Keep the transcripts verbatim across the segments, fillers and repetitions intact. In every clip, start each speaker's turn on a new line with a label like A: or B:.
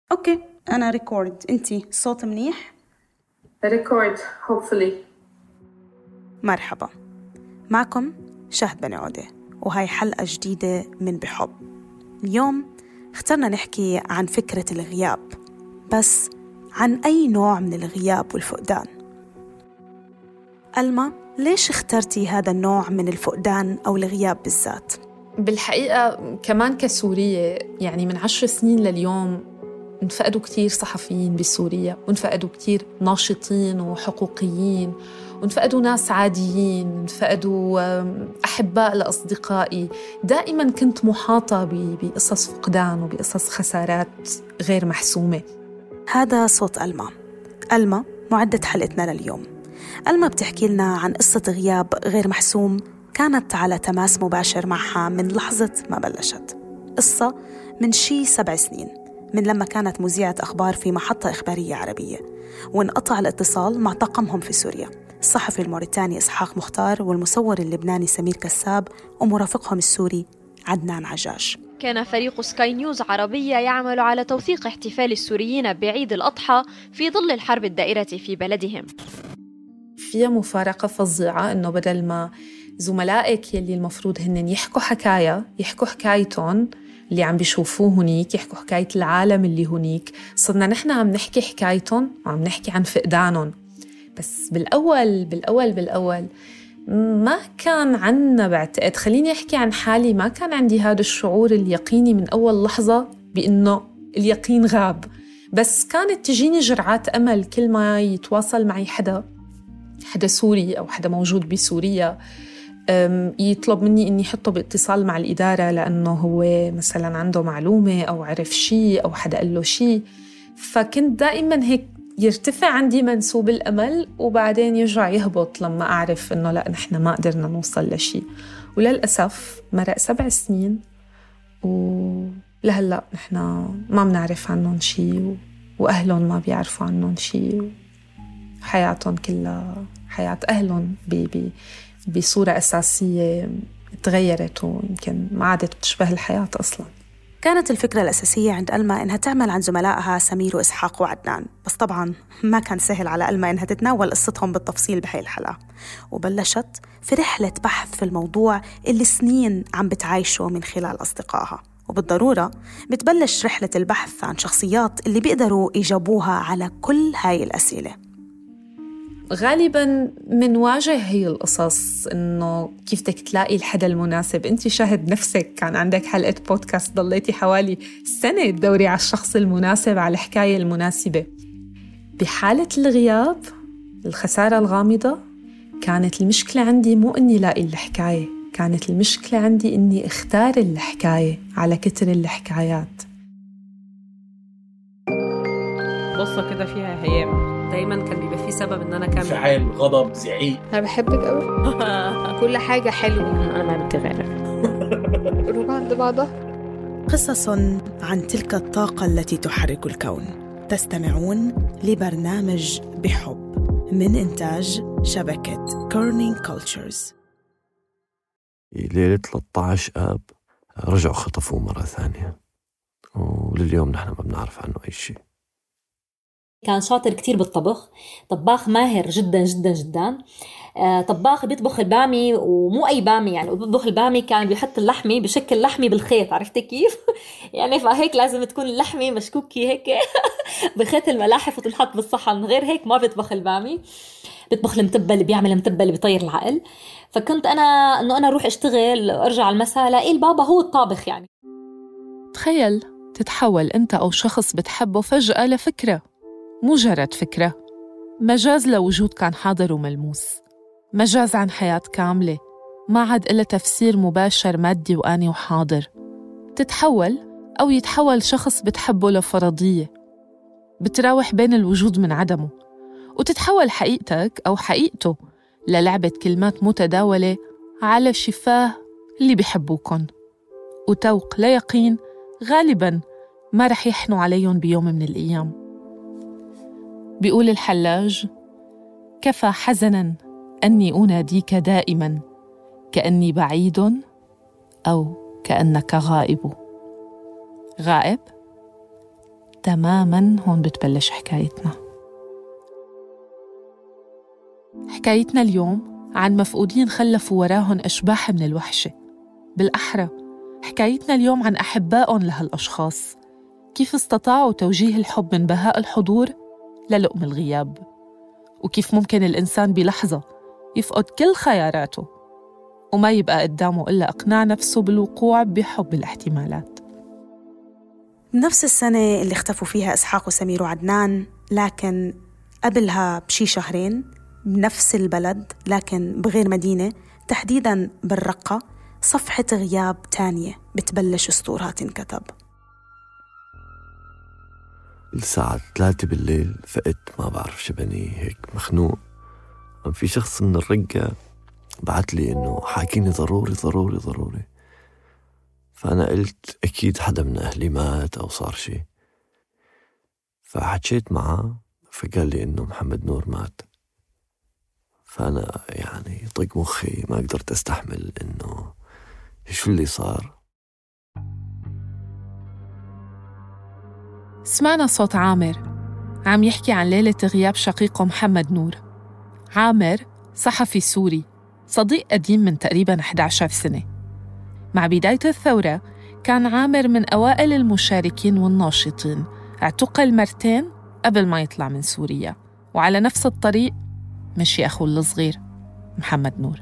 A: أوكي أنا ريكورد. أنتي صوت منيح؟
B: ريكورد hopefully.
A: مرحبا، معكم شهد بن عودة، وهاي حلقة جديدة من بحب. اليوم اخترنا نحكي عن فكرة الغياب، بس عن أي نوع من الغياب والفقدان. ألما، ليش اخترتي هذا النوع من الفقدان أو الغياب بالذات؟
B: بالحقيقة كمان كسورية، يعني من عشر سنين لليوم انفقدوا كتير صحفيين بسوريا، وانفقدوا كتير ناشطين وحقوقيين، وانفقدوا ناس عاديين، انفقدوا أحباء لأصدقائي. دائما كنت محاطة بقصص فقدان وبقصص خسارات غير محسومة.
A: هذا صوت ألما. ألما معدة حلقتنا لليوم. ألما بتحكي لنا عن قصة غياب غير محسوم كانت على تماس مباشر معها من لحظة ما بلشت. قصة من شي سبع سنين، من لما كانت مذيعة أخبار في محطة إخبارية عربية، وانقطع الاتصال مع طاقمهم في سوريا، الصحفي الموريتاني إسحاق مختار والمصور اللبناني سمير كساب ومرافقهم السوري عدنان عجاج.
C: كان فريق سكاي نيوز عربية يعمل على توثيق احتفال السوريين بعيد الأضحى في ظل الحرب الدائرة في بلدهم.
B: فيها مفارقة فظيعة إنه بدل ما زملائك يلي المفروض هن يحكوا حكاية يحكوا حكايتهم اللي عم بيشوفوه هنيك، يحكوا حكاية العالم اللي هنيك، صرنا نحن عم نحكي حكايتهم وعم نحكي عن فقدانهم. بس بالأول بالأول بالأول ما كان عنا، بعتقد خليني أحكي عن حالي، ما كان عندي هذا الشعور اليقيني من أول لحظة بأنه اليقين غاب، بس كانت تجيني جرعات أمل كل ما يتواصل معي حدا حدا سوري أو حدا موجود بسوريا، يطلب مني إني حطه باتصال مع الإدارة لأنه هو مثلا عنده معلومة أو عرف شيء أو حدا قال له شيء. فكنت دائما هيك يرتفع عندي منسوب الأمل وبعدين يرجع يهبط لما أعرف إنه لا، نحن ما قدرنا نوصل لشيء. وللأسف مرق سبع سنين ولهلأ نحن ما بنعرف عنهم شيء، وأهلهم ما بيعرفوا عنهم شيء، حياتهم كلها حياة أهلهم بي بصورة أساسية تغيرت، ويمكن ما عادت تشبه الحياة أصلاً.
A: كانت الفكرة الأساسية عند ألما إنها تعمل عن زملائها سمير وإسحاق وعدنان، بس طبعاً ما كان سهل على ألما إنها تتناول قصتهم بالتفصيل بهاي الحلقة، وبلشت في رحلة بحث في الموضوع اللي سنين عم بتعايشه من خلال أصدقائها. وبالضرورة بتبلش رحلة البحث عن شخصيات اللي بيقدروا يجاوبوها على كل هاي الأسئلة.
B: غالباً منواجه هي القصص إنه كيف بدك تلاقي الحدا المناسب. أنت شاهد نفسك، كان عندك حلقة بودكاست ضليتي حوالي سنة تدوري على الشخص المناسب، على الحكاية المناسبة. بحالة الغياب، الخسارة الغامضة، كانت المشكلة عندي مو إني لاقي الحكاية، كانت المشكلة عندي إني اختار الحكاية على كتر الحكايات.
D: قصة كده فيها هيام، دايما كان بيبقى فيه سبب ان انا كمل،
E: انفعال، غضب، زعيق.
F: انا بحبك قوي كل حاجه حلوه،
D: انا ما بتغير
F: روح عند بعضها.
A: قصص عن تلك الطاقة التي تحرك الكون. تستمعون لبرنامج بحب من إنتاج شبكة كورنينج كولتشرز.
G: ليلة ثلاثة عشر آب رجعوا خطفوه مرة ثانية، ولليوم نحن ما بنعرف عنه أي شيء.
H: كان شاطر كتير بالطبخ، طباخ ماهر جدا جدا جدا. آه طباخ بيطبخ البامي، ومو أي بامي يعني، بيطبخ البامي كان بيحط اللحمة بشكل لحمي بالخيط، عرفتي كيف؟ يعني فهيك لازم تكون اللحمة مشكوكي هيك بخيط الملاحف وتنحط بالصحن، غير هيك ما بيطبخ البامي. بيطبخ المتبل، بيعمل المتبل بيطير العقل. فكنت أنا أنه أنا أروح أشتغل أرجع المساء لاقي البابا هو الطابخ. يعني
B: تخيل تتحول أنت أو شخص بتحبه فجأة لفكرة، مجرد فكرة، مجاز لوجود كان حاضر وملموس، مجاز عن حياة كاملة ما عاد إلا تفسير مباشر مادي وآني وحاضر. تتحول أو يتحول شخص بتحبه لفرضية بتراوح بين الوجود من عدمه، وتتحول حقيقتك أو حقيقته للعبة كلمات متداولة على شفاه اللي بيحبوكن، وتوق لا يقين غالباً ما رح يحنوا عليهم بيوم من الأيام. بيقول الحلاج: كفى حزناً أني أناديك دائماً كأني بعيد أو كأنك غائب. غائب؟ تماماً هون بتبلش حكايتنا. حكايتنا اليوم عن مفقودين خلفوا وراهن أشباح من الوحشة. بالأحرى حكايتنا اليوم عن أحبائهم لهالأشخاص، كيف استطاعوا توجيه الحب من بهاء الحضور للؤم الغياب، وكيف ممكن الإنسان بلحظة يفقد كل خياراته وما يبقى قدامه إلا إقناع نفسه بالوقوع بحب الاحتمالات.
A: نفس السنة اللي اختفوا فيها إسحاق وسمير وعدنان، لكن قبلها بشي شهرين بنفس البلد لكن بغير مدينة، تحديداً بالرقة، صفحة غياب تانية بتبلش سطورها تنكتب.
G: الساعة ثلاثة بالليل فقت ما بعرف شبني هيك مخنوق. في شخص من الرقة بعت لي إنه حاكيني ضروري ضروري ضروري، فأنا قلت أكيد حدا من أهلي مات أو صار شي، فحكيت معه فقال لي إنه محمد نور مات. فأنا يعني طق مخي ما قدرت أستحمل إنه شو اللي صار.
B: سمعنا صوت عامر عم يحكي عن ليلة غياب شقيقه محمد نور. عامر صحفي سوري صديق قديم من تقريباً إحدى عشرة سنة. مع بداية الثورة كان عامر من أوائل المشاركين والناشطين، اعتقل مرتين قبل ما يطلع من سوريا، وعلى نفس الطريق مشي أخوه الصغير محمد نور.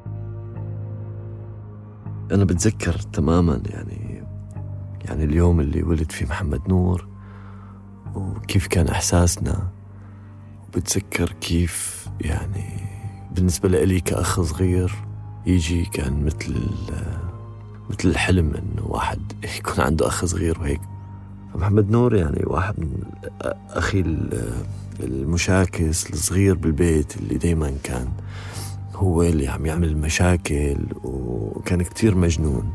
G: أنا بتذكر تماماً يعني يعني اليوم اللي ولد فيه محمد نور وكيف كان إحساسنا، وبتذكر كيف يعني بالنسبة لي كأخ صغير يجي كان مثل مثل الحلم إنه واحد يكون عنده أخ صغير وهيك. فمحمد نور يعني واحد من أخي المشاكس الصغير بالبيت اللي دايما كان هو اللي عم يعمل المشاكل، وكان كتير مجنون.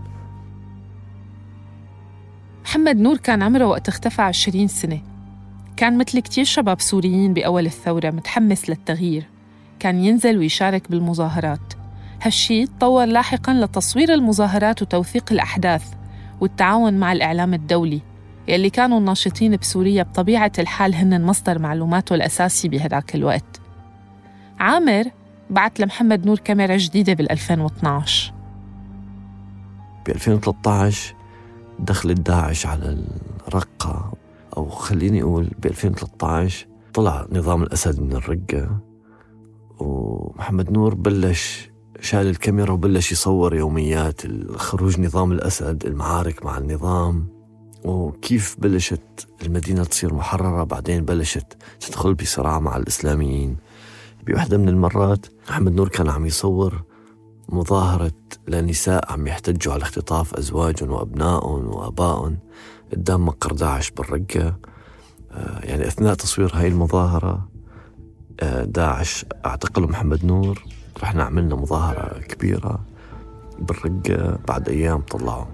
B: محمد نور كان عمره وقت اختفى عشرين سنة. كان مثل كتير شباب سوريين بأول الثورة متحمس للتغيير، كان ينزل ويشارك بالمظاهرات. هالشي تطور لاحقاً لتصوير المظاهرات وتوثيق الأحداث والتعاون مع الإعلام الدولي، يلي كانوا الناشطين بسوريا بطبيعة الحال هن مصدر معلوماته الأساسي بهداك الوقت. عامر بعت لمحمد نور كاميرا جديدة بالألفين واثناعش.
G: بألفين وثلاثة عشر دخلت داعش على الرقة، أو خليني أقول بألفين وثلاثة عشر طلع نظام الأسد من الرقة، ومحمد نور بلش شال الكاميرا وبلش يصور يوميات خروج نظام الأسد، المعارك مع النظام، وكيف بلشت المدينة تصير محررة. بعدين بلشت تدخل بصراع مع الإسلاميين. بواحدة من المرات محمد نور كان عم يصور مظاهرة لنساء عم يحتجوا على اختطاف أزواجهم وأبنائهم وأبائهم قدام مقر داعش بالرقة. يعني أثناء تصوير هاي المظاهرة داعش اعتقلوا محمد نور. رحنا عملنا مظاهرة كبيرة بالرقة، بعد أيام طلعوا.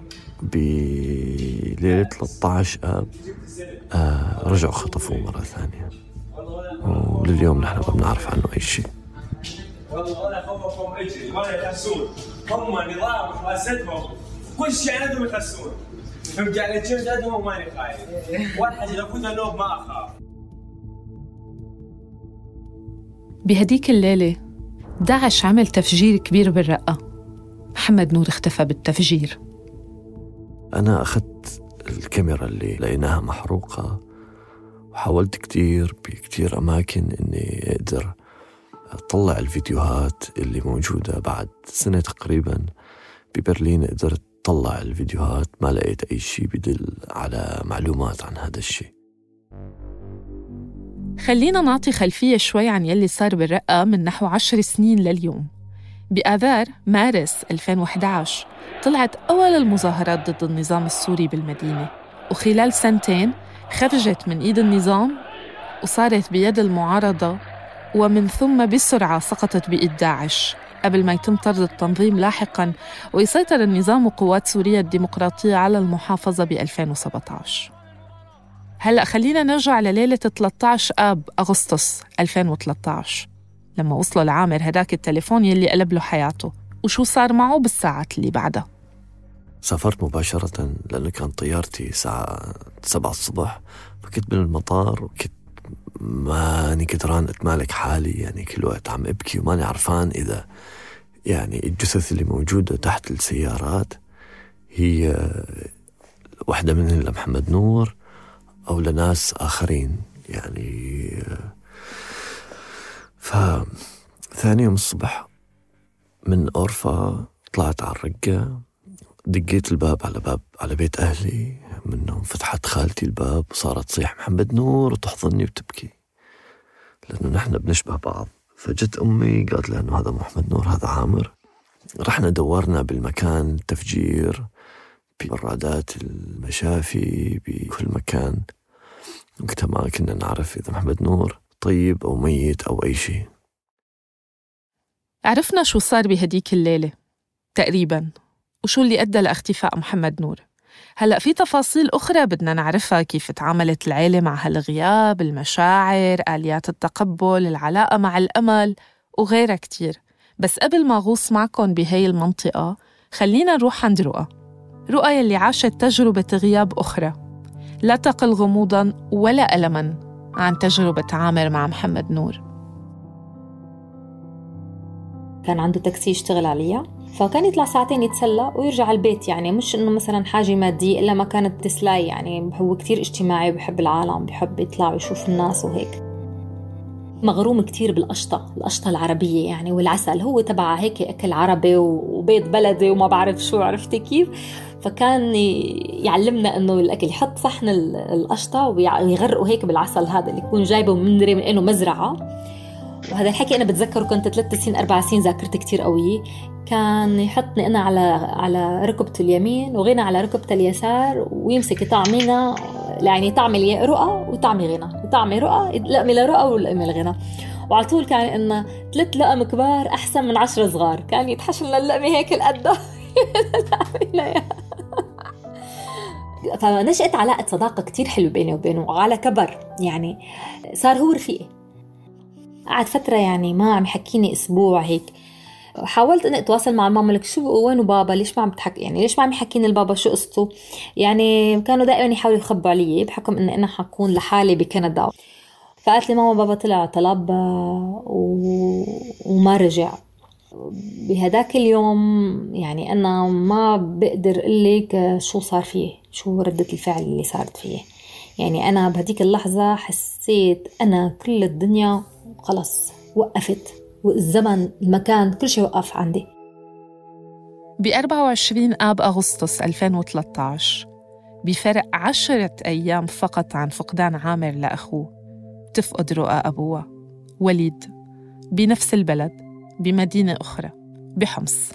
G: بليلة ثلاثة عشر آب آه رجعوا خطفوه مرة ثانية، ولليوم نحن ما بنعرف عنه أي شيء.
E: والله ولا خوفهم اجري ولا يحسون، هم نظام حواسدهم كل شيء عندهم يحسون. فهمت علي؟ كيف عندهم ماني خايف، واحد لو كنت نوب ما أخاف.
B: بهديك الليلة داعش عمل تفجير كبير بالرقة. محمد نور اختفى بالتفجير.
G: أنا أخذت الكاميرا اللي لقيناها محروقة وحاولت كتير بكتير أماكن إني أقدر أطلع الفيديوهات اللي موجودة. بعد سنة تقريباً ببرلين قدرت أطلع الفيديوهات، ما لقيت أي شيء بدل على معلومات عن هذا الشيء.
B: خلينا نعطي خلفية شوي عن يلي صار بالرقة من نحو عشر سنين لليوم. بآذار مارس ألفين وإحدى عشر طلعت أول المظاهرات ضد النظام السوري بالمدينة، وخلال سنتين خرجت من إيد النظام وصارت بيد المعارضة، ومن ثم بسرعة سقطت بإيد داعش قبل ما يتم طرد التنظيم لاحقاً ويسيطر النظام وقوات سوريا الديمقراطية على المحافظة ب ألفين وسبعة عشر. هلأ خلينا نرجع لليلة ثلاثة عشر آب أغسطس ألفين وثلاثة عشر لما وصلوا لعامر هداك التليفون يلي قلب له حياته، وشو صار معه بالساعات اللي بعدها.
G: سافرت مباشرة لأنه كان طيارتي الساعة سبعة الصبح، فكنت بالمطار وكنت ماني قدران أتمالك حالي، يعني كل وقت عم أبكي وماني عرفان إذا يعني الجثث اللي موجودة تحت السيارات هي واحدة منهم لمحمد نور أو لناس آخرين يعني. فثاني يوم الصبح من أورفا طلعت على الرقة، دقيت الباب على باب على بيت أهلي، منهم فتحت خالتي الباب وصارت تصيح محمد نور وتحضني وتبكي لأنه نحن بنشبه بعض. فجت أمي قالت لها إنه هذا محمد نور هذا عامر. رحنا دورنا بالمكان التفجير ببرادات المشافي بكل مكان، وقتها ما كنا نعرف إذا محمد نور طيب أو ميت أو أي شيء.
B: عرفنا شو صار بهديك الليلة تقريباً وشو اللي أدى لاختفاء محمد نور. هلأ في تفاصيل أخرى بدنا نعرفها، كيف تعاملت العيلة مع هالغياب، المشاعر، آليات التقبل، العلاقة مع الأمل وغيرها كتير. بس قبل ما غوص معكم بهاي المنطقة خلينا نروح عند رؤى. رؤى يلي عاشت تجربة غياب أخرى لا تقل غموضاً ولا ألماً عن تجربة عامر مع محمد نور.
H: كان عنده تاكسي يشتغل عليها، فكان يطلع ساعتين يتسلى ويرجع البيت، يعني مش إنه مثلا حاجة مادية إلا ما كانت تسلاي، يعني هو كتير اجتماعي وبحب العالم، بحب يطلع ويشوف الناس وهيك. مغروم كتير بالقشطة، القشطة العربية يعني والعسل، هو تبع هيك أكل عربي وبيت بلدي وما بعرف شو، عرفتي كيف؟ فكان يعلمنا إنه الأكل يحط صحن القشطة ويغرقوا هيك بالعسل هذا اللي يكون جايبه من من إنه مزرعة. وهذا الحكي أنا بتذكره كنت ثلاث سنين أربع سنين، ذاكرتي كتير قوية. كان يحطني أنا على على ركبته اليمين وغنى على ركبته اليسار، ويمسك يطعمينا، يعني طعمي رؤى وطعمي غنى، وطعمي رؤى لقمي لرؤى ولقمي لغنى. وعلى طول كان إنه ثلاث لقم كبار أحسن من عشرة صغار، كان يتحشل لنا اللقمة هيك القدة. فنشأت علاقة صداقة كتير حلوة بيني وبينه، وعلى كبر يعني صار هو رفيقي. قعد فترة يعني ما عم يحكيني أسبوع هيك. حاولت أن أتواصل مع ماما، لك شو وين بابا، ليش ما عم بتحكي، يعني ليش ما عم يحكيني البابا شو قصته. يعني كانوا دائما يحاولوا يخبوا علي بحكم أن أنا حكون لحالي بكندا. فقالت لي ماما بابا طلع طلب و... وما رجع. بهداك اليوم يعني أنا ما بقدر أقولك شو صار فيه، شو ردة الفعل اللي صارت فيه. يعني أنا بهديك اللحظة حسيت أنا كل الدنيا خلص وقفت، والزمن المكان كل شيء وقف عندي.
B: ب أربعة وعشرين آب أغسطس ألفين وثلاثة عشر، بفرق عشرة أيام فقط عن فقدان عامر لأخوه، تفقد رؤى أبوها وليد بنفس البلد بمدينة أخرى بحمص.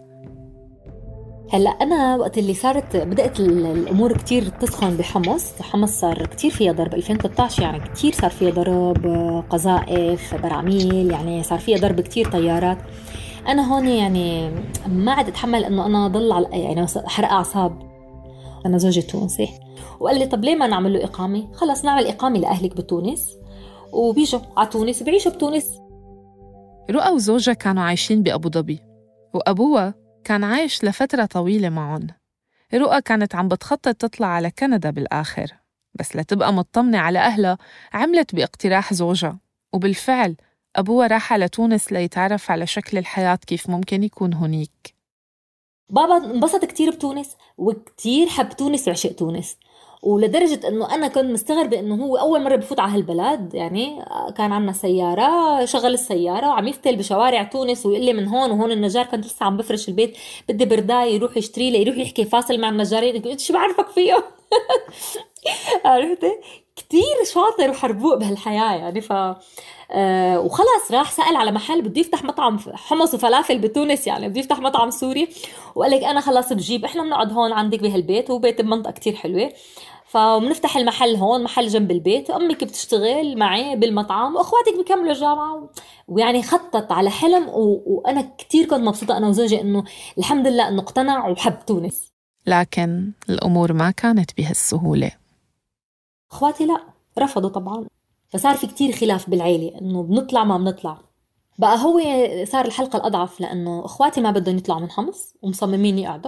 H: هلأ أنا وقت اللي صارت بدأت الأمور كتير تسخن بحمص. حمص صار كتير فيها ضرب ألفين وثلاثة عشر، يعني كتير صار فيها ضرب، قذائف، براميل، يعني صار فيها ضرب كتير، طيارات. أنا هون يعني ما عاد أتحمل إنه أنا ضل على يعني حرق أعصاب. أنا زوجي تونسي وقال لي طب ليه ما نعمل له إقامة؟ خلص نعمل إقامة لأهلك بتونس وبيجوا على تونس وبيعيشوا بتونس.
B: رؤى وزوجها كانوا عايشين بأبو ظبي، وأبوها كان عايش لفترة طويلة معهم. رؤى كانت عم بتخطط تطلع على كندا بالآخر، بس لتبقى مطمنة على أهلها عملت باقتراح زوجها، وبالفعل أبوها راح على تونس ليتعرف على شكل الحياة كيف ممكن يكون هنيك.
H: بابا انبسط كتير بتونس وكتير حب تونس وعشق تونس، ولدرجة أنه أنا كنت مستغربة أنه هو أول مرة بفوت على هالبلد. يعني كان عنا سيارة، شغل السيارة وعم يفتل بشوارع تونس ويقول لي من هون وهون النجار. كنت لسه عم بفرش البيت، بدي برداي يروح يشتري لي، يروح يحكي فاصل مع النجارين. قلت شو بعرفك فيهم؟ عرفتي كتير شاطر وحربوق بهالحياة يعني. ف آه وخلاص راح سأل على محل بده يفتح مطعم حمص وفلافل بتونس، يعني بده يفتح مطعم سوري. وقال لك أنا خلاص بجيب، إحنا بنقعد هون عندك بهالبيت، هو بيت بمنطقة كتير حلوة، فبنفتح المحل هون، محل جنب البيت، أمك بتشتغل معي بالمطعم وأخواتك بيكملوا الجامعة. ويعني خطط على حلم و... وأنا كتير كنت مبسوطة أنا وزوجي إنه الحمد لله إنه اقتنع وحب تونس.
B: لكن الأمور ما كانت بهالسهولة.
H: أخواتي لا، رفضوا طبعاً. فصار في كتير خلاف بالعيلة إنه بنطلع ما بنطلع. بقى هو صار الحلقة الأضعف، لأنه أخواتي ما بدهم يطلعوا من حمص ومصممين يقعدوا،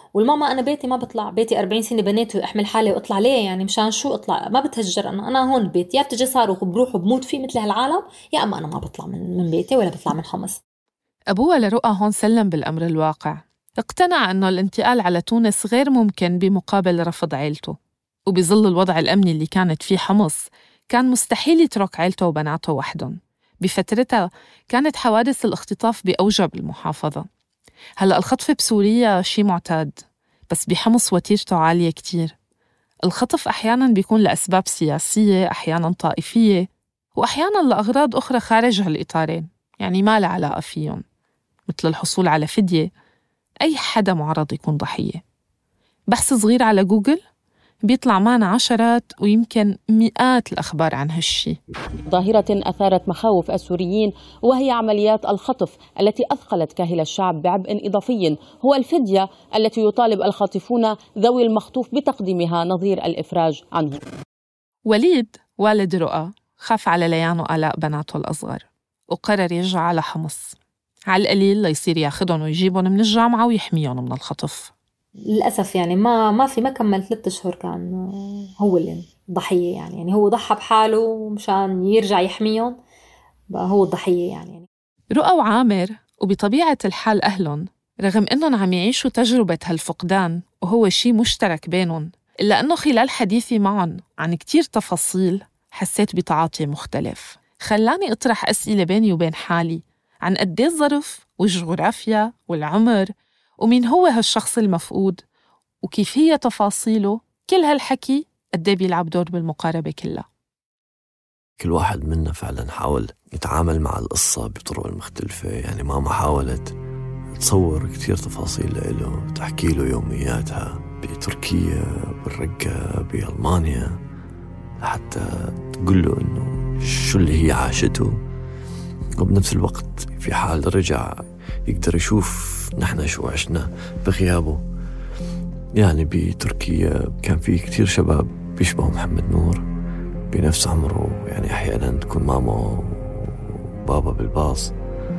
H: والماما أنا بيتي ما بطلع، بيتي أربعين سنة بنيته أحمل حالي وأطلع ليه يعني؟ مشان شو أطلع؟ ما بتهجر أنا أنا هون البيت، يا بتجي صاروخ بروح وبموت فيه مثل هالعالم، يا أما أنا ما بطلع من من بيتي ولا بطلع من حمص.
B: أبوها لرؤى هون سلم بالأمر الواقع، اقتنع أنه الانتقال على تونس غير ممكن بمقابل رفض عيلته، وبظل الوضع الأمني اللي كانت فيه حمص كان مستحيل يترك عيلته وبناته وحدهم. بفترتها كانت حوادث الاختطاف بأوجب المحافظة. هلأ الخطف بسوريا شي معتاد، بس بحمص وتيرته عالية كتير. الخطف أحياناً بيكون لأسباب سياسية، أحياناً طائفية، وأحياناً لأغراض أخرى خارج هالإطارين، يعني ما لها علاقة فيهم، مثل الحصول على فدية. أي حدا معرض يكون ضحية. بحث صغير على جوجل بيطلع معنا عشرات ويمكن مئات الأخبار عن هالشي.
I: ظاهرة أثارت مخاوف السوريين وهي عمليات الخطف التي أثقلت كاهل الشعب بعبء إضافي هو الفدية التي يطالب الخاطفون ذوي المخطوف بتقديمها نظير الإفراج عنه.
B: وليد والد رؤى خاف على ليان وآلاء بناته الأصغر وقرر يرجع على حمص على القليل ليصير ياخدهم ويجيبهم من الجامعة ويحميهم من الخطف.
H: للأسف يعني ما ما في ما كمل ثلاثة أشهر كان هو اللي ضحية يعني يعني هو ضحى بحاله مشان يرجع يحميهم، بقى هو الضحية يعني.
B: رؤى وعامر وبطبيعة الحال أهلهم رغم إنهم عم يعيشوا تجربة هالفقدان وهو شي مشترك بينهم، إلا أنه خلال حديثي معهم عن كتير تفاصيل حسيت بتعاطي مختلف خلاني أطرح أسئلة بيني وبين حالي عن قد ايه الظرف والجغرافيا والعمر ومين هو هالشخص المفقود وكيف هي تفاصيله. كل هالحكي قد ايه بيلعب دور بالمقاربة كلها.
G: كل واحد منا فعلا حاول يتعامل مع القصة بطرق المختلفة. يعني ماما حاولت تصور كتير تفاصيل له، تحكي له يومياتها بتركيا، بالرقة، بألمانيا، لحتى تقول له إنه شو اللي هي عاشته، وبنفس الوقت في حال رجع يقدر يشوف نحن شو عشنا بغيابه. يعني بتركيا كان في كتير شباب بيشبهوا محمد نور بنفس عمره، يعني أحيانا تكون ماما وبابا بالباص،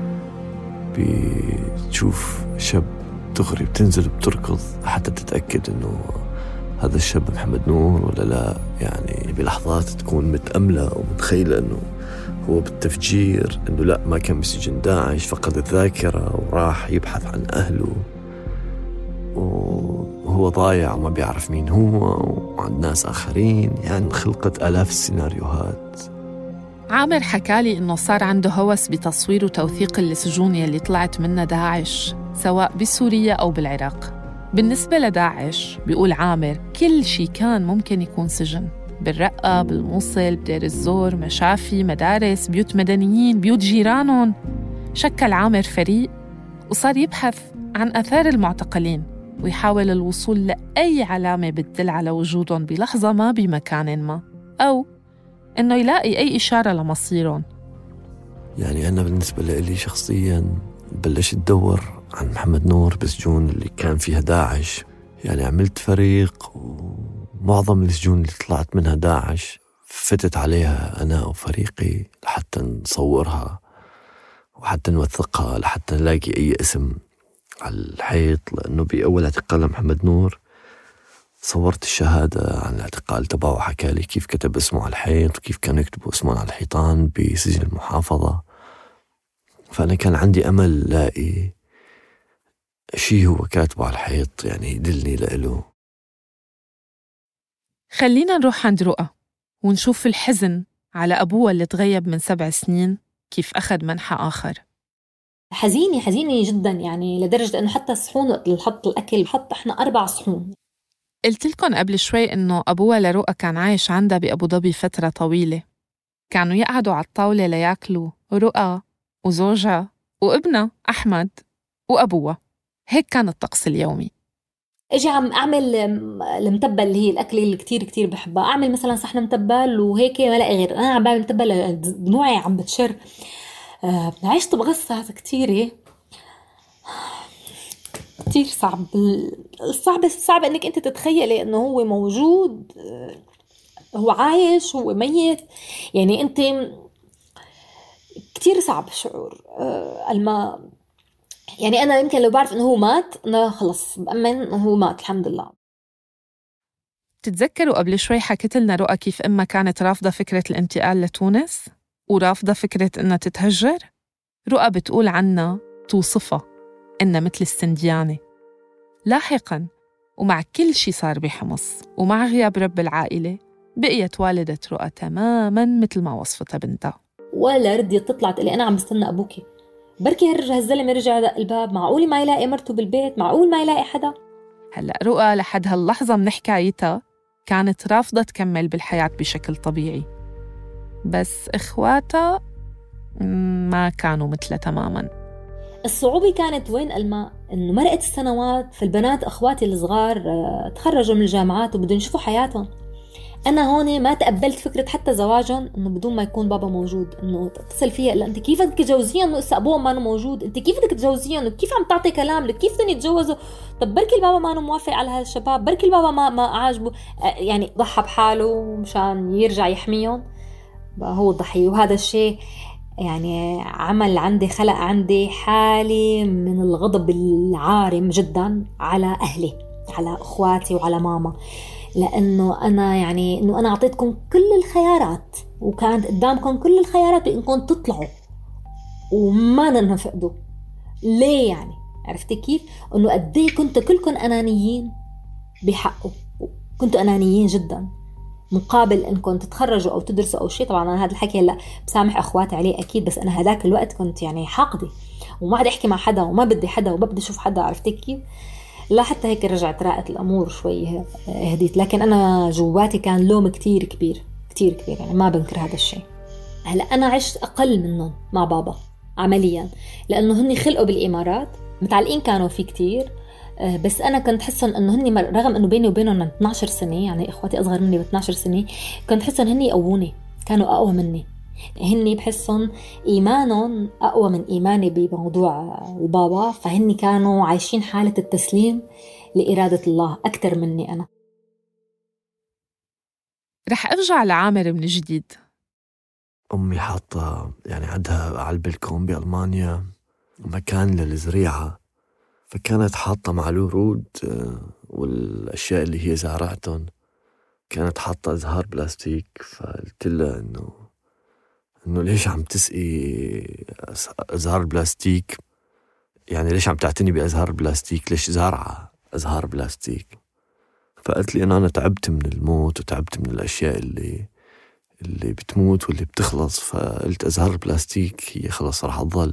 G: بتشوف شاب تغري بتنزل بتركض حتى تتأكد إنه هذا الشاب محمد نور ولا لا. يعني بلحظات تكون متأملة ومتخيلة إنه هو بالتفجير إنه لا ما كان بسجن داعش، فقد الذاكرة وراح يبحث عن أهله وهو ضايع وما بيعرف مين هو وعن ناس آخرين. يعني خلقت آلاف السيناريوهات.
B: عامر حكالي إنه صار عنده هوس بتصوير وتوثيق السجون يلي طلعت منها داعش سواء بسوريا أو بالعراق. بالنسبة لداعش بيقول عامر كل شي كان ممكن يكون سجن، بالرقة، بالموصل، بدير الزور، مشافي، مدارس، بيوت مدنيين، بيوت جيرانهم. شكل عامر فريق وصار يبحث عن آثار المعتقلين ويحاول الوصول لأي علامة بتدل على وجودهم بلحظة ما بمكان ما، أو إنه يلاقي أي إشارة لمصيرهم.
G: يعني أنا بالنسبة لي شخصياً بلشت أدور عن محمد نور بالسجون اللي كان فيها داعش. يعني عملت فريق ومعظم السجون اللي طلعت منها داعش فتت عليها أنا وفريقي لحتى نصورها وحتى نوثقها، لحتى نلاقي أي اسم على الحيط. لأنه بأول اعتقال محمد نور صورت الشهادة عن الاعتقال تبعه وحكى لي كيف كتب اسمه على الحيط وكيف كانوا يكتبوا اسمه على الحيطان بسجن المحافظة. فأنا كان عندي أمل لاقي شيء هو كاتبه على الحيط يعني يدلني لإله.
B: خلينا نروح عند رؤى ونشوف الحزن على أبوها اللي تغيب من سبع سنين كيف أخذ منحى آخر.
H: حزينة حزينة جدا، يعني لدرجة أنه حتى الصحون اللي حط الأكل حط إحنا أربع صحون.
B: قلت لكم قبل شوي إنه أبوها لرؤى كان عايش عندها بأبو ظبي فترة طويلة. كانوا يقعدوا على الطاولة لياكلوا رؤى وزوجها وابنها أحمد وأبوها. هيك كان الطقس اليومي.
H: اجي عم اعمل المتبل اللي هي الاكل اللي كتير كتير بحبها، اعمل مثلا صحن متبل وهيك ما لاقي غير انا عم بعمل متبل، دموعي عم بتشر. آه عشت بغصة كتيرة كتير صعب. الصعب صعب انك انت تتخيلي انه هو موجود، هو عايش، هو ميت. يعني انت كتير صعب الشعور. آه الما يعني أنا يمكن لو بعرف إنه هو مات أنا خلص بأمن إنه هو مات الحمد لله.
B: تتذكروا قبل شوي حكيت لنا رؤى كيف أمها كانت رافضة فكرة الانتقال لتونس ورافضة فكرة إنها تتهجر؟ رؤى بتقول عنها توصفها إنها مثل السنديانة. لاحقاً ومع كل شي صار بحمص ومع غياب رب العائلة بقيت والدة رؤى تماماً مثل ما وصفتها بنتها.
H: ولا رديت تطلع تقلي أنا عم بستنى أبوكي، بركي هرج هالزلمة رجع دق الباب، معقول ما يلاقي مرته بالبيت، معقول ما يلاقي حدا.
B: هلأ رؤى لحد هاللحظة من حكايتها كانت رافضة تكمل بالحياة بشكل طبيعي، بس إخواتها ما كانوا مثلها تماماً.
H: الصعوبة كانت وين الماء؟ إنه مرقت السنوات، فالبنات أخواتي الصغار تخرجوا من الجامعات وبدهم يشوفوا حياتهم. أنا هون ما تقبلت فكرة حتى زواجهم إنه بدون ما يكون بابا موجود، إنه تتصل فيها إلا أنت كيف بدك تجوزيهم إنه أبوهم ما موجود، أنت كيف بدك تجوزيهم وكيف عم تعطي كلام لك كيف بدهم يتجوزوا؟ طب بركي البابا ما موافق على هالشباب، بركي البابا ما ما عاجبه، يعني ضحى بحاله مشان يرجع يحميهم، بقى هو الضحية. وهذا الشيء يعني عمل عندي خلق عندي حالة من الغضب العارم جدا على أهلي، على أخواتي وعلى ماما، لأنه أنا يعني إنه أنا أعطيتكم كل الخيارات وكانت قدامكم كل الخيارات بإنكم تطلعوا وما ننفقدوا. ليه يعني؟ عرفتي كيف؟ إنه قديه كنتوا كلكم أنانيين بحقه، كنتوا أنانيين جدا مقابل إنكم تتخرجوا أو تدرسوا أو شيء. طبعا أنا هذا الحكي هلا بسامح أخواتي عليه أكيد، بس أنا هذاك الوقت كنت يعني حاقدة وما عاد أحكي مع حدا وما بدي حدا وببدي أشوف حدا. عرفتي كيف؟ لا حتى هيك رجعت راقت الأمور شوي هديت، لكن أنا جواتي كان لوم كتير كبير كتير كبير، يعني ما بنكر هذا الشيء. هلا أنا عشت أقل منهم مع بابا عمليا، لأنه هني خلقوا بالإمارات متعلقين كانوا فيه كتير، بس أنا كنت حسن إنه هني رغم إنه بيني وبينهم اثني عشر سنة، يعني إخواتي أصغر مني ب اثني عشر سنة، كنت حسن هني يقووني، كانوا أقوى مني، هني بحسن إيمانهم أقوى من إيماني بموضوع البابا، فهني كانوا عايشين حالة التسليم لإرادة الله أكتر مني أنا.
B: رح أرجع لعامر من جديد.
G: أمي حاطة يعني عندها على البلكون بألمانيا مكان للزريعة، فكانت حاطة مع الورود والأشياء اللي هي زارعتهم كانت حاطة أزهار بلاستيك. فقلت لها إنه إنه ليش عم تسقي أزهار بلاستيك، يعني ليش عم تعتني بأزهار بلاستيك، ليش زارعة أزهار بلاستيك؟ فقالت لي إنه أنا تعبت من الموت وتعبت من الأشياء اللي اللي بتموت واللي بتخلص، فقلت أزهار البلاستيك هي خلص رح تظل.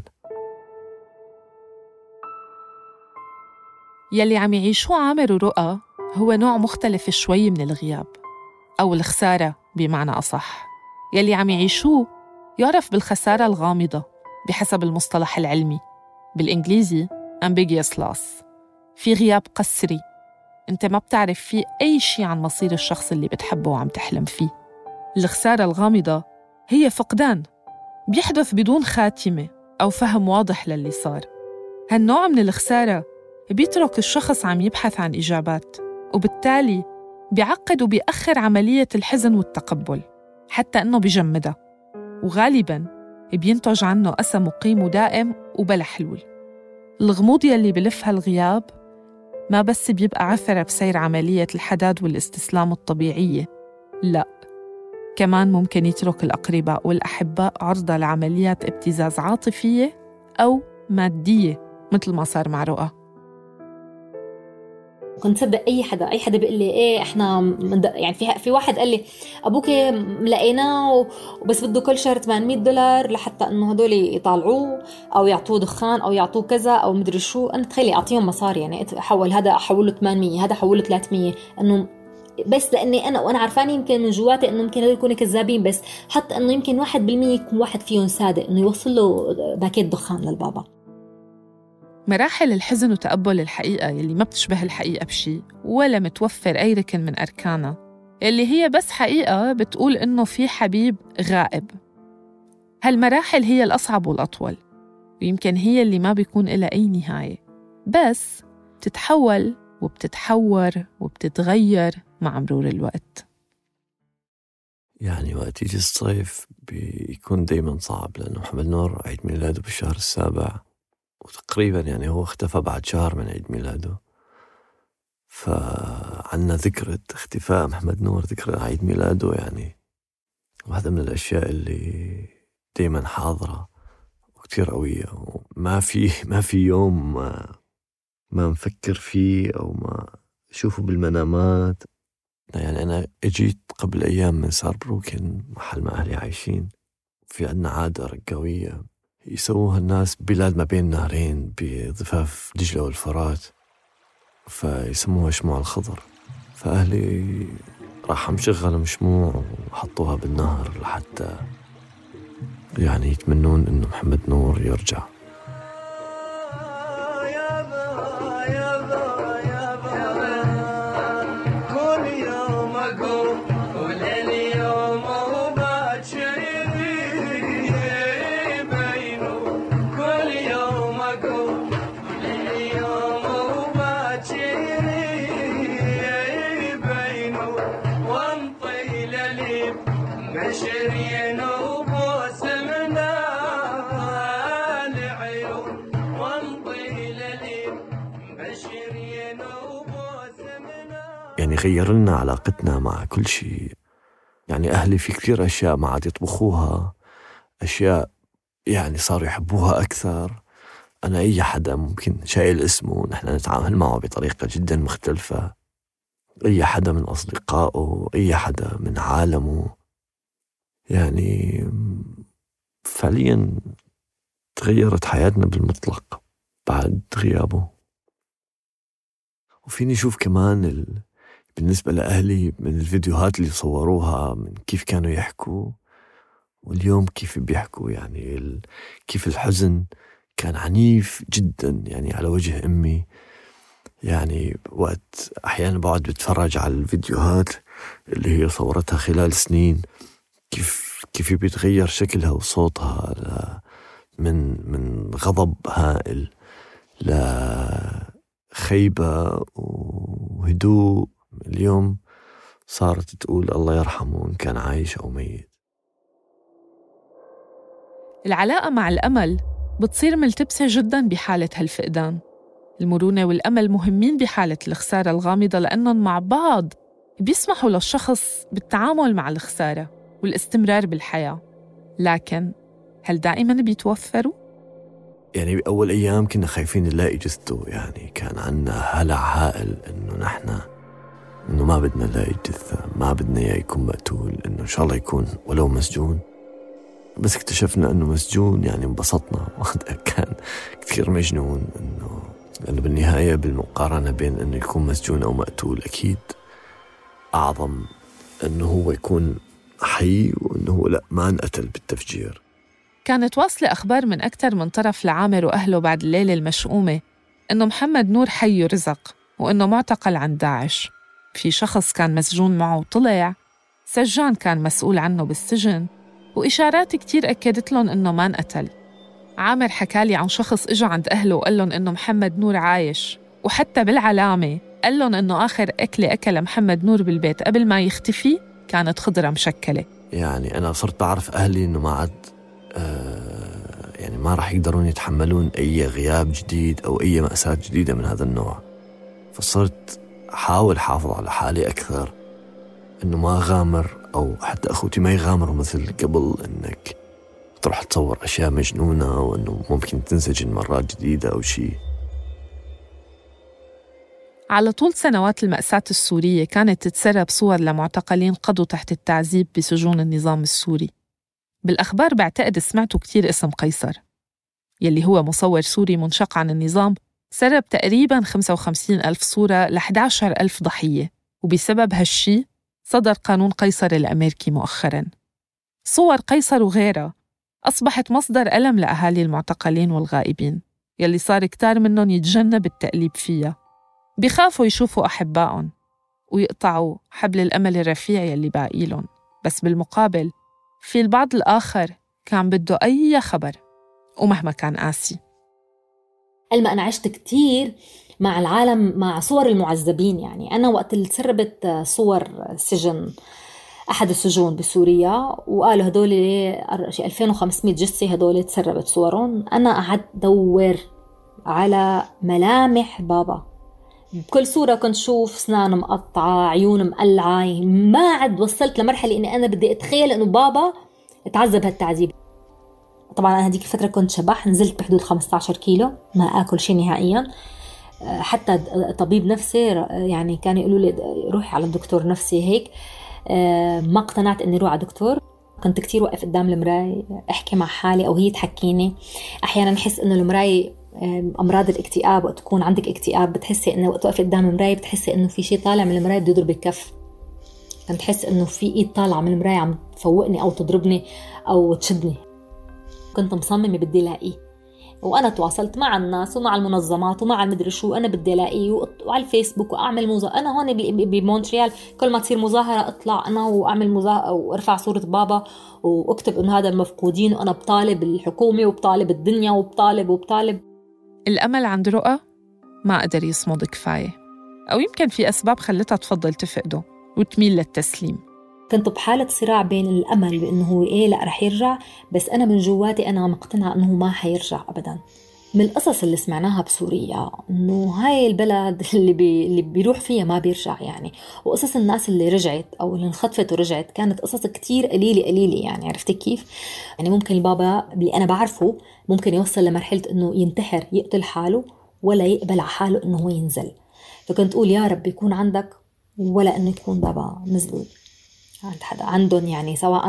B: يلي عم يعيشوه عامر ورؤى هو نوع مختلف شوي من الغياب أو الخسارة بمعنى أصح. يلي عم يعيشوه يعرف بالخسارة الغامضة بحسب المصطلح العلمي، بالإنجليزي ambiguous loss. في غياب قسري أنت ما بتعرف فيه أي شيء عن مصير الشخص اللي بتحبه وعم تحلم فيه. الخسارة الغامضة هي فقدان بيحدث بدون خاتمة أو فهم واضح للي صار. هالنوع من الخسارة بيترك الشخص عم يبحث عن إجابات، وبالتالي بيعقد وبيأخر عملية الحزن والتقبل حتى أنه بيجمدها، وغالباً بينتج عنه أسى مقيم ودائم وبلا حلول. الغموض يلي بلف هالغياب ما بس بيبقى عثرة بسير عملية الحداد والاستسلام الطبيعية، لا، كمان ممكن يترك الأقرباء والأحباء عرضة لعمليات ابتزاز عاطفية أو مادية مثل ما صار مع رؤى.
H: كنت صدق اي حدا اي حدا بيقول لي ايه احنا يعني في في واحد قال لي ابوك لقيناه وبس بده كل شهر ثمانمية دولار لحتى انه هدول يطالعوه او يعطوه دخان او يعطوه كذا او مدري شو. انا تخيلي اعطيهم مصاري، يعني حول هذا احول له ثمانمية هذا حول له ثلاثمية، انه بس لاني انا وانا عارفاني يمكن من جواتي انه يمكن هدول يكونوا كذابين، بس حتى انه يمكن واحد بالمية يكون واحد فيهم صادق انه يوصل له باكيت دخان للبابا.
B: مراحل الحزن وتقبل الحقيقة يلي ما بتشبه الحقيقة بشي ولا متوفر أي ركن من أركانها، اللي هي بس حقيقة بتقول إنه في حبيب غائب. هالمراحل هي الأصعب والأطول، ويمكن هي اللي ما بيكون إلها أي نهاية، بس بتتحول وبتتحور وبتتغير مع مرور الوقت.
G: يعني وقت يجي الصيف بيكون دايما صعب، لأنه محمد نور عيد ميلاده بالشهر السابع، وتقريبا يعني هو اختفى بعد شهر من عيد ميلاده. فعنا ذكرى اختفاء محمد نور، ذكرى عيد ميلاده يعني، وهذا من الأشياء اللي دايما حاضرة وكتير قوية، وما في ما في يوم ما, ما نفكر فيه أو ما أشوفه بالمنامات. يعني أنا اجيت قبل أيام من ساربروكن محل ما أهلي عايشين، في عندنا عادة رقاوية يسووها الناس بلاد ما بين نهرين بضفاف دجلة والفرات، فيسموها شموع الخضر. فأهلي راح مشغل مشموع وحطوها بالنهر لحتى يعني يتمنون إنه محمد نور يرجع. يعني غير لنا علاقتنا مع كل شيء. يعني أهلي في كثير أشياء ما عاد يطبخوها، أشياء يعني صاروا يحبوها أكثر. أنا أي حدا ممكن شايل اسمه نحن نتعامل معه بطريقة جدا مختلفة، أي حدا من أصدقائه، أي حدا من عالمه. يعني فعليا تغيرت حياتنا بالمطلق بعد غيابه. وفيني أشوف كمان ال... بالنسبة لأهلي من الفيديوهات اللي صوروها من كيف كانوا يحكوا واليوم كيف بيحكوا، يعني ال... كيف الحزن كان عنيف جدا يعني على وجه أمي. يعني وقت أحيانا بعد بتفرج على الفيديوهات اللي هي صورتها خلال سنين، كيف كيف بيتغير شكلها وصوتها ل... من من غضب هائل لخيبة وهدوء. اليوم صارت تقول الله يرحمه إن كان عايش أو ميت.
B: العلاقة مع الأمل بتصير ملتبسة جداً بحالة هالفقدان. المرونة والأمل مهمين بحالة الخسارة الغامضة، لأنهم مع بعض بيسمحوا للشخص بالتعامل مع الخسارة والاستمرار بالحياة. لكن هل دائماً بيتوفروا؟
G: يعني بأول أيام كنا خايفين نلاقي جثته، يعني كان عنا هلع هائل إنه نحن إنه ما بدنا نلاقي جثة، ما بدنا إياه يكون مقتول، إنه إن شاء الله يكون ولو مسجون. بس اكتشفنا إنه مسجون يعني انبسطنا، وهذا كان كثير مجنون. إنه لأنه بالنهاية بالمقارنة بين إنه يكون مسجون أو مقتول أكيد أعظم إنه هو يكون حي وإنه هو لا ما انقتل بالتفجير.
B: كانت واصلة أخبار من أكثر من طرف لعامر وأهله بعد الليلة المشؤومة إنه محمد نور حي رزق وإنه معتقل عن داعش. في شخص كان مسجون معه وطلع، سجان كان مسؤول عنه بالسجن، وإشارات كتير أكدت لهم إنه ما انقتل. عامر حكالي عن شخص إجا عند أهله وقال لهم إنه محمد نور عايش، وحتى بالعلامة قال لهم إنه آخر أكلة أكل محمد نور بالبيت قبل ما يختفي كانت خضرة مشكلة.
G: يعني أنا صرت بعرف أهلي إنه ما عاد آه يعني ما راح يقدرون يتحملون أي غياب جديد أو أي مأساة جديدة من هذا النوع. فصرت أحاول حافظ على حالي أكثر، إنه ما غامر أو حتى أخوتي ما يغامروا مثل قبل، إنك تروح تصور أشياء مجنونة وإنه ممكن تنسجن مرات جديدة أو شيء.
B: على طول سنوات المأساة السورية كانت تتسرب صور لمعتقلين قضوا تحت التعذيب بسجون النظام السوري. بالأخبار بعتقد سمعتوا كتير اسم قيصر، يلي هو مصور سوري منشق عن النظام، سرب تقريباً خمسة وخمسين ألف صورة ل إحدى عشر ألف ضحية، وبسبب هالشي صدر قانون قيصر الأمريكي مؤخراً. صور قيصر وغيرها أصبحت مصدر ألم لأهالي المعتقلين والغائبين، يلي صار كتار منهم يتجنب التقليب فيها، بيخافوا يشوفوا أحبائهم ويقطعوا حبل الأمل الرفيع يلي باقي لهم. بس بالمقابل في البعض الآخر كان بده أي خبر ومهما كان قاسي.
H: ألما أنا عشت كتير مع العالم مع صور المعذبين. يعني أنا وقت اللي تسربت صور سجن أحد السجون بسوريا وقالوا هدول ألفين وخمسمية جثة هدول تسربت صورهم، أنا قعدت دور على ملامح بابا. بكل صورة كنت شوف سنان مقطعة، عيون مقلعة. ما عد وصلت لمرحلة إني أنا بدي أتخيل إنه بابا تعذب هالتعذيب. طبعا أنا هديك الفترة كنت شبح، نزلت بحدود خمسة عشر كيلو، ما أكل شيء نهائيا. حتى طبيب نفسي يعني كان يقولوا لي روحي على الدكتور نفسي هيك. ما اقتنعت إني روح على دكتور. كنت كتير وقف قدام المراية أحكي مع حالي أو هي تحكيني. أحيانا نحس إنه المراية أمراض الاكتئاب، وقت تكون عندك اكتئاب بتحسي إنه وقت وقف قدام المراية بتحسي إنه في شيء طالع من المراية بده يضرب الكف. كنت حس إنه في إيد طالعة من المراية عم تفوقني أو تضربني أو تشدني. كنت مصممة بدي لاقيه، وأنا تواصلت مع الناس ومع المنظمات ومع المدري شو أنا بدي لاقيه، وعلى الفيسبوك وأعمل مظاهرة. أنا هون بمونتريال كل ما تصير مظاهرة أطلع أنا وأعمل مظاهرة وأرفع صورة بابا وأكتب إنه هذا المفقودين، وأنا بطالب الحكومة وبطالب الدنيا وبطالب وبطالب.
B: الأمل عند رؤى ما قدر يصمد كفاية، أو يمكن في أسباب خلتها تفضل تفقده وتميل للتسليم.
H: كنت بحالة صراع بين الأمل بأنه هو إيه لا رح يرجع، بس أنا من جواتي أنا مقتنعة أنه ما حيرجع أبداً. من القصص اللي سمعناها بسوريا أنه هاي البلد اللي, بي اللي بيروح فيها ما بيرجع يعني، وقصص الناس اللي رجعت أو اللي انخطفت ورجعت كانت قصص كتير قليلة قليلة يعني. عرفتي كيف؟ يعني ممكن البابا اللي أنا بعرفه ممكن يوصل لمرحلة أنه ينتحر يقتل حاله ولا يقبل على حاله أنه هو ينزل. فكنت أقول يا رب يكون عندك ولا أنه يكون بابا مزلول عند حدا عندهم، يعني سواء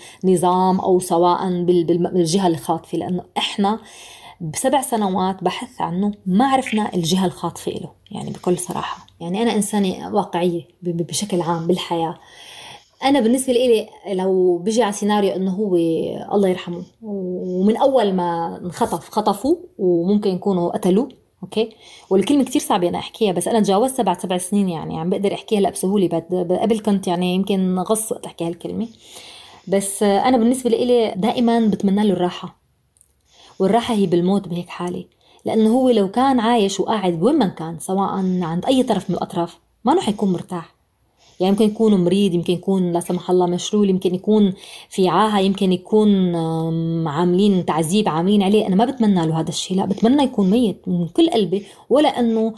H: نظام أو سواء بالجهة الخاطفة، لأنه إحنا بسبع سنوات بحث عنه ما عرفنا الجهة الخاطفة له يعني بكل صراحة. يعني أنا إنسانة واقعية بشكل عام بالحياة. أنا بالنسبة لي لو بيجي على سيناريو أنه هو الله يرحمه ومن أول ما انخطف خطفوا وممكن يكونوا قتلوا، أوكي، والكلمة كتير صعبة أنا أحكيها، بس أنا تجاوزت بعد سبع سنين يعني عم بقدر أحكيها لا بسهولة. قبل كنت يعني يمكن غص وقت أحكي هالكلمة. بس أنا بالنسبة لي دائما بتمنى له الراحة، والراحة هي بالموت بهيك حالي، لأنه هو لو كان عايش وقاعد وين ما كان سواء عند أي طرف من الأطراف ما نوح يكون مرتاح. يعني يمكن يكون مريض، يمكن يكون لا سمح الله مشلول، يمكن يكون في عاهة، يمكن يكون عاملين تعذيب عاملين عليه. أنا ما بتمنى له هذا الشيء، لا بتمنى يكون ميت من كل قلبي، ولا أنه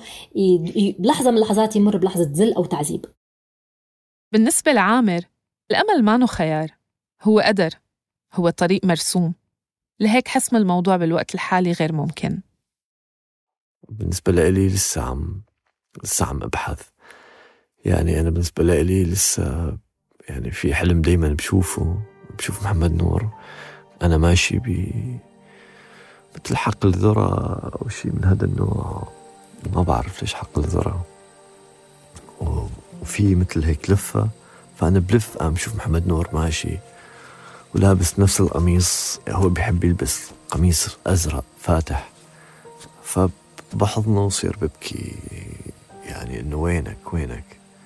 H: بلحظة من اللحظات يمر بلحظة ذل أو تعذيب.
B: بالنسبة لعامر الأمل ما نو خيار، هو قدر، هو طريق مرسوم، لهيك حسم الموضوع بالوقت الحالي غير ممكن.
G: بالنسبة لي لسه عم لسه عم أبحث. يعني أنا بالنسبة لي لسه يعني في حلم دايما بشوفه، بشوف محمد نور أنا ماشي ب مثل حقل ذرة أو شيء من هذا النوع، ما بعرف ليش حقل ذرة، وفي مثل هيك لفة، فأنا بلف قام بشوف محمد نور ماشي ولابس نفس القميص، هو بيحب يلبس قميص أزرق فاتح، فبحضنه وصير ببكي يعني إنه وينك وينك.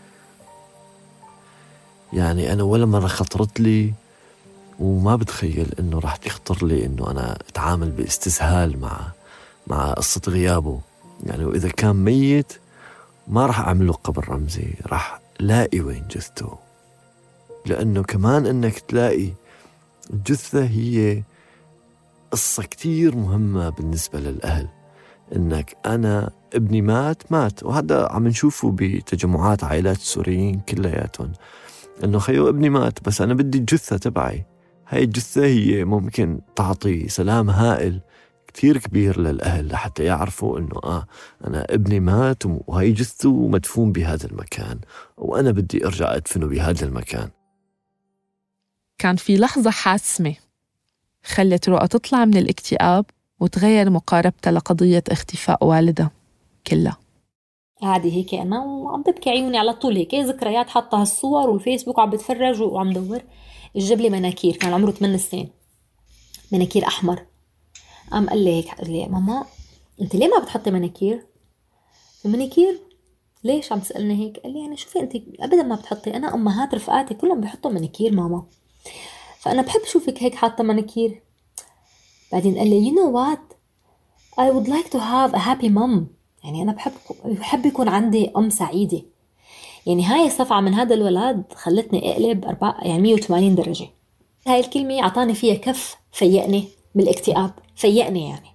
G: يعني أنا ولا مرة خطرت لي وما بتخيل إنه راح تخطر لي إنه أنا أتعامل باستسهال مع مع قصة غيابه. يعني وإذا كان ميت ما راح أعمل له قبر رمزي، راح لاقي وين جثته، لأنه كمان إنك تلاقي الجثة هي قصة كتير مهمة بالنسبة للأهل. إنك أنا ابني مات مات وهذا عم نشوفه بتجمعات عائلات السوريين كلياتهم، إنه خيو ابني مات بس أنا بدي الجثة تبعي. هاي الجثة هي ممكن تعطي سلام هائل كتير كبير للأهل لحتى يعرفوا إنه آه أنا ابني مات وهي جثته مدفون بهذا المكان وأنا بدي أرجع أدفنه بهذا المكان.
B: كان في لحظة حاسمة خلت رؤى تطلع من الاكتئاب وتغير مقاربتها لقضية اختفاء والدها كلها.
H: قاعدة هيك أنا وعم ببكي عيوني على طول هيك ذكريات، حاطة هالصور والفيسبوك وعم بتفرج وعم دور. الجاب لي مناكير، كان عمره ثمان سنين، مناكير أحمر. قام قال لي هيك، قال لي ماما أنت ليه ما بتحطي مناكير؟ المناكير ليش عم تسألني هيك؟ قال لي يعني شوفي أنت أبدا ما بتحطي، أنا أمهات رفقاتي كلهم بيحطوا مناكير ماما، فأنا بحب شوفك هيك حاطة مناكير. بعدين قال لي you know what I would like to have a happy mom. يعني أنا بحب بحب يكون عندي أم سعيدة. يعني هاي الصفعة من هذا الولد خلتني أقلب أربعة يعني مية وثمانين درجة. هاي الكلمة عطاني فيها كف، فيقني من الاكتئاب، فيقني يعني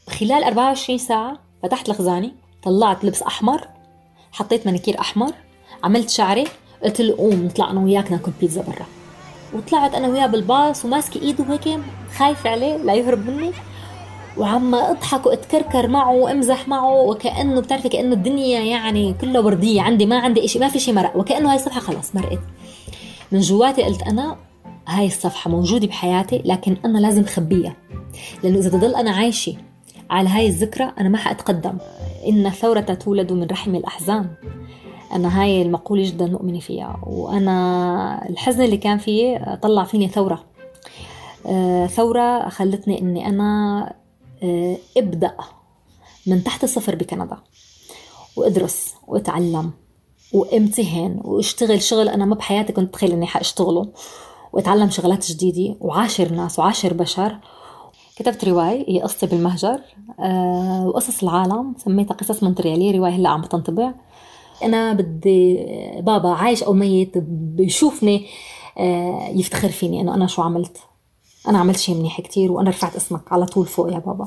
H: خلال أربعة وعشرين ساعة فتحت الخزانة، طلعت لبس أحمر، حطيت منكير أحمر، عملت شعري، قلت له قوم نطلع أنا وياك ناكل بيتزا برا. وطلعت أنا وياه بالباص وماسكة إيده هيك خايف عليه لا يهرب مني، وعم أضحك وأتكركر معه وأمزح معه وكأنه بتعرفي كأنه الدنيا يعني كلها وردية عندي، ما عندي إشي، ما في شي مرق، وكأنه هاي الصفحة خلاص مرقت. من جواتي قلت أنا هاي الصفحة موجودة بحياتي، لكن أنا لازم خبيها، لأنه إذا تضل أنا عايشة على هاي الذكرى أنا ما حأتقدم. إن الثورة تولد من رحم الأحزان. أنا هاي المقولة جدا مؤمنة فيها، وأنا الحزن اللي كان فيه طلع فيني ثورة. آه ثورة خلتني إني أنا آه ابدأ من تحت الصفر بكندا، وأدرس وأتعلم وامتهن واشتغل شغل أنا ما بحياتي كنت تخيل إني حأشتغله، وأتعلم شغلات جديدة وعاشر ناس وعاشر بشر. كتبت رواية هي قصة بالمهجر أه وقصص العالم، سميتها قصص مونتريالية، رواية هلأ عم بتنطبع. أنا بدي بابا عايش أو ميت بيشوفني أه يفتخر فيني أنه أنا شو عملت، أنا عملت شيء منيح كتير وأنا رفعت اسمك على طول فوق يا بابا.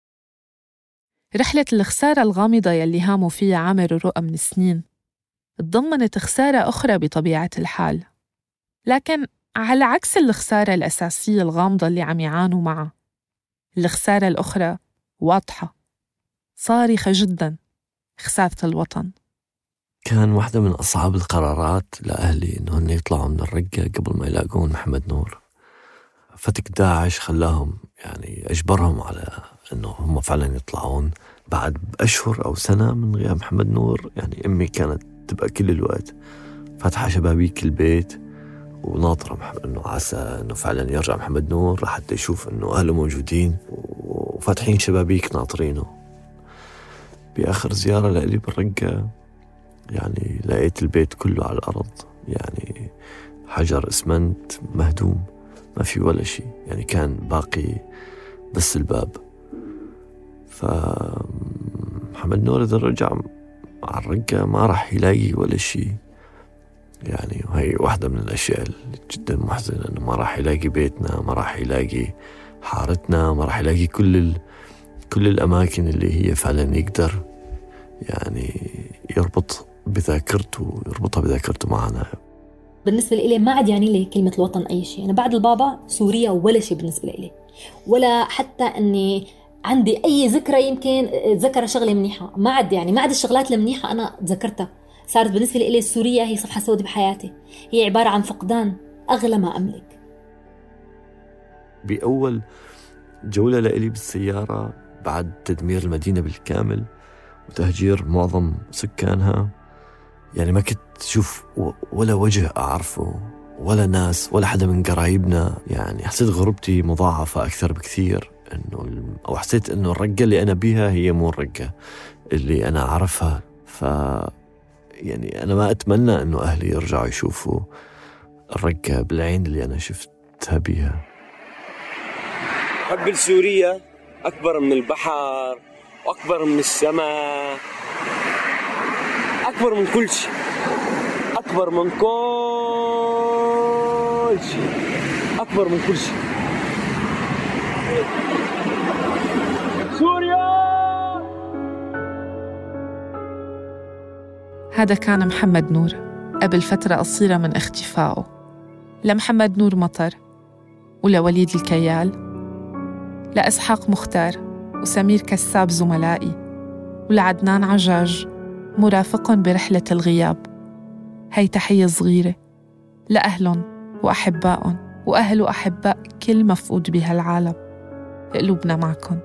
B: رحلة الخسارة الغامضة يلي هاموا فيها عامر ورؤى من سنين تضمنت خسارة أخرى بطبيعة الحال، لكن على عكس الخسارة الأساسية الغامضة اللي عم يعانوا معها، الخسارة الأخرى واضحة صارخة جداً، خسارة الوطن.
G: كان واحدة من أصعب القرارات لأهلي إنه هن يطلعوا من الرقة قبل ما يلاقون محمد نور. فتك داعش خلاهم يعني أجبرهم على إنه هم فعلاً يطلعون بعد أشهر أو سنة من غياب محمد نور. يعني أمي كانت تبقى كل الوقت فاتحة شبابيك البيت وناطرة محمد إنه عسى إنه فعلاً يرجع محمد نور لحتى يشوف إنه أهله موجودين، وفاتحين شبابيك ناطرينه. بآخر زيارة لإلي بالرقة يعني لقيت البيت كله على الأرض، يعني حجر إسمنت مهدوم، ما في ولا شيء، يعني كان باقي بس الباب. فمحمد نور إذا رجع على الرقة ما راح يلاقي ولا شيء، يعني وهي واحدة من الأشياء اللي جدا محزنة، إنه ما راح يلاقي بيتنا، ما راح يلاقي حارتنا، ما راح يلاقي كل ال... كل الأماكن اللي هي فعلا يقدر يعني يربط بذاكرته يربطها بذاكرته معنا.
H: بالنسبة لي ما عاد يعني لي كلمة الوطن أي شيء. أنا بعد البابا سوريا ولا شيء بالنسبة لي، ولا حتى أني عندي أي ذكرى يمكن ذكر شغلة منيحة، ما عاد يعني ما عاد الشغلات المنيحة أنا ذكرتها. صارت بالنسبة لي سوريا هي صفحة سوداء بحياتي، هي عبارة عن فقدان أغلى ما أملك.
G: بأول جولة لإلي بالسيارة بعد تدمير المدينة بالكامل وتهجير معظم سكانها، يعني ما كنت أشوف ولا وجه أعرفه ولا ناس ولا حدا من قرايبنا. يعني حسيت غربتي مضاعفة أكثر بكثير، إنه أو حسيت إنه الرقة اللي أنا بيها هي مو الرقة اللي أنا أعرفها. ف يعني أنا ما أتمنى إنه أهلي يرجعوا يشوفوا الرقة بالعين اللي أنا شفتها بيها.
E: حب سوريا أكبر من البحر وأكبر من السماء، أكبر من كل شيء، أكبر من كل شيء، أكبر من كل شيء. سوريا.
B: هذا كان محمد نور قبل فترة قصيرة من اختفائه. لمحمد نور مطر، ولوليد الكيال، لإسحاق مختار وسمير كساب زملائي، ولعدنان عجاج مرافقهم برحلة الغياب. هي تحية صغيرة لأهلهم وأحبائهم وأهل وأحباء كل مفقود بهالعالم. قلوبنا معكم.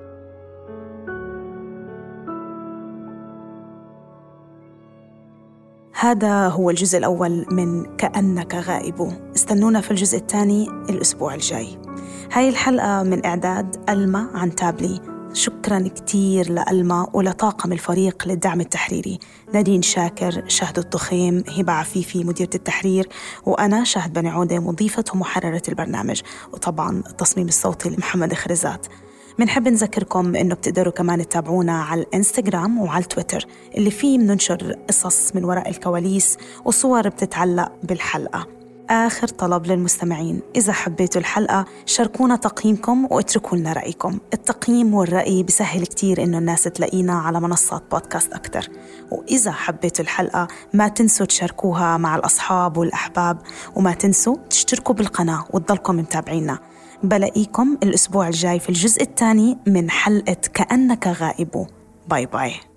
A: هذا هو الجزء الأول من كأنك غائب. استنونا في الجزء الثاني الأسبوع الجاي. هاي الحلقة من إعداد ألما عن تابلي. شكراً كتير لألما ولطاقم الفريق للدعم التحريري، نادين شاكر، شهد الطخيم، هبة عفيفي مديرة التحرير، وأنا شهد بني عودة مضيفة ومحررة البرنامج، وطبعاً التصميم الصوتي لمحمد خرزات. منحب نذكركم إنه بتقدروا كمان تتابعونا على الإنستغرام وعلى التويتر اللي فيه مننشر قصص من وراء الكواليس وصور بتتعلق بالحلقة. آخر طلب للمستمعين، إذا حبيتوا الحلقة شاركونا تقييمكم واتركوا لنا رأيكم. التقييم والرأي بسهل كتير إنه الناس تلاقينا على منصات بودكاست أكتر. وإذا حبيتوا الحلقة ما تنسوا تشاركوها مع الأصحاب والأحباب، وما تنسوا تشتركوا بالقناة وتضلكم متابعينا. بلاقيكم الأسبوع الجاي في الجزء الثاني من حلقة كأنك غائب. باي باي.